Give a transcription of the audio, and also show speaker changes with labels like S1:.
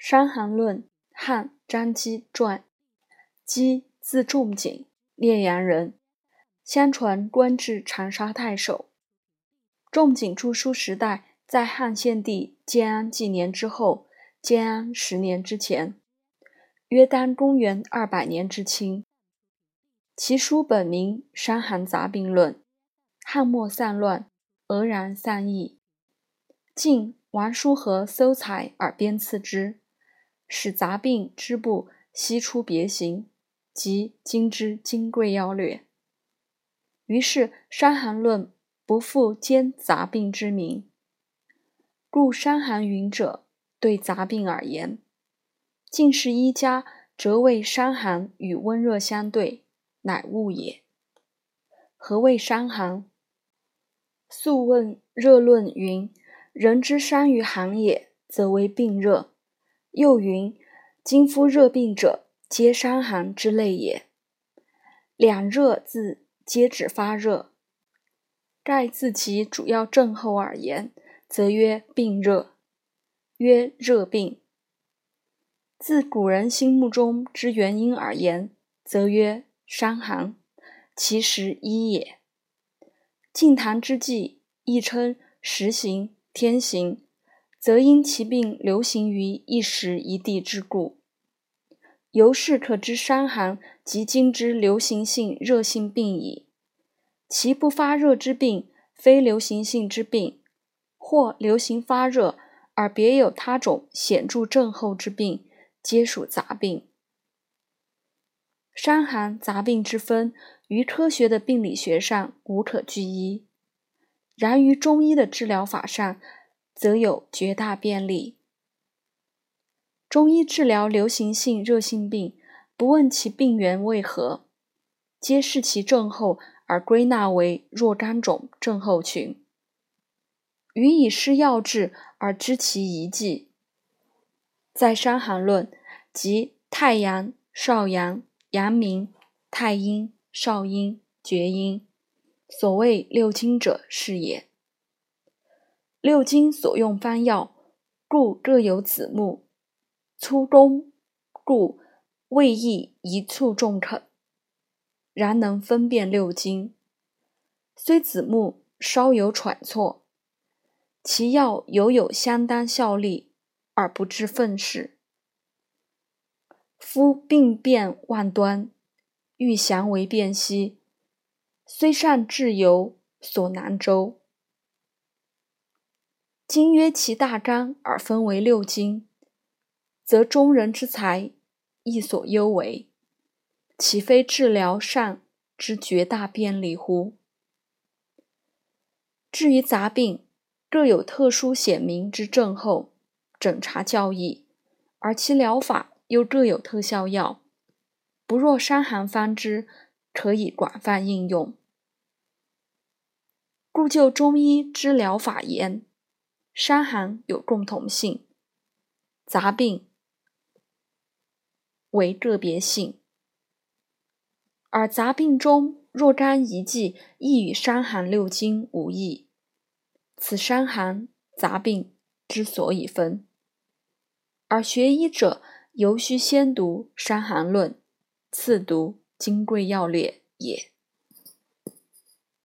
S1: 伤寒论》，汉张机传。机字仲景，烈阳人，相传官至长沙太守。仲景著书时代在汉献帝建安纪年之后，建安10年之前，约当公元200年之清。其书本名《伤寒杂病论》，汉末散乱，俄然散佚。晋王叔和搜采而编次之，使杂病之部悉出别形，即今之金匮要略。于是《伤寒论》不复兼杂病之名，故伤寒云者对杂病而言，进士医家则谓伤寒与温热相对，乃物也。何谓伤寒？素问热论云：人之伤于寒也，则为病热。又云：今夫热病者，皆伤寒之类也。两热字皆指发热，盖自其主要症候而言，则曰病热，曰热病。自古人心目中之原因而言，则曰伤寒，其实一也。晋唐之际，亦称时行、天行，则因其病流行于一时一地之故。由是可知伤寒即今之流行性热性病矣。其不发热之病，非流行性之病，或流行发热而别有他种显著症候之病，皆属杂病。伤寒杂病之分，于科学的病理学上无可拘一，然于中医的治疗法上，则有绝大便利。中医治疗流行性热性病，不问其病源为何，皆视其症候而归纳为若干种症候群，予以施药治而知其宜剂。在《伤寒论》即太阳、少阳、阳明、太阴、少阴、厥阴，所谓六经者是也。六经所用方药，故各有子目，粗工，故未易一蹴中肯，然能分辨六经。虽子目稍有喘错，其药犹有相当效力，而不致愤世。夫病变万端，欲详为辨析，虽善治由，所难周。今约其大纲而分为六经，则中人之才亦所优为，岂非治疗上之绝大便利乎？至于杂病，各有特殊显明之症候，诊查较易，而其疗法又各有特效药，不若伤寒方之，可以广泛应用。故就中医之疗法言，伤寒有共同性，杂病为个别性。而杂病中若干一剂亦与伤寒六经无异，此伤寒杂病之所以分。而学医者犹须先读《伤寒论》，次读《金匮要略》也。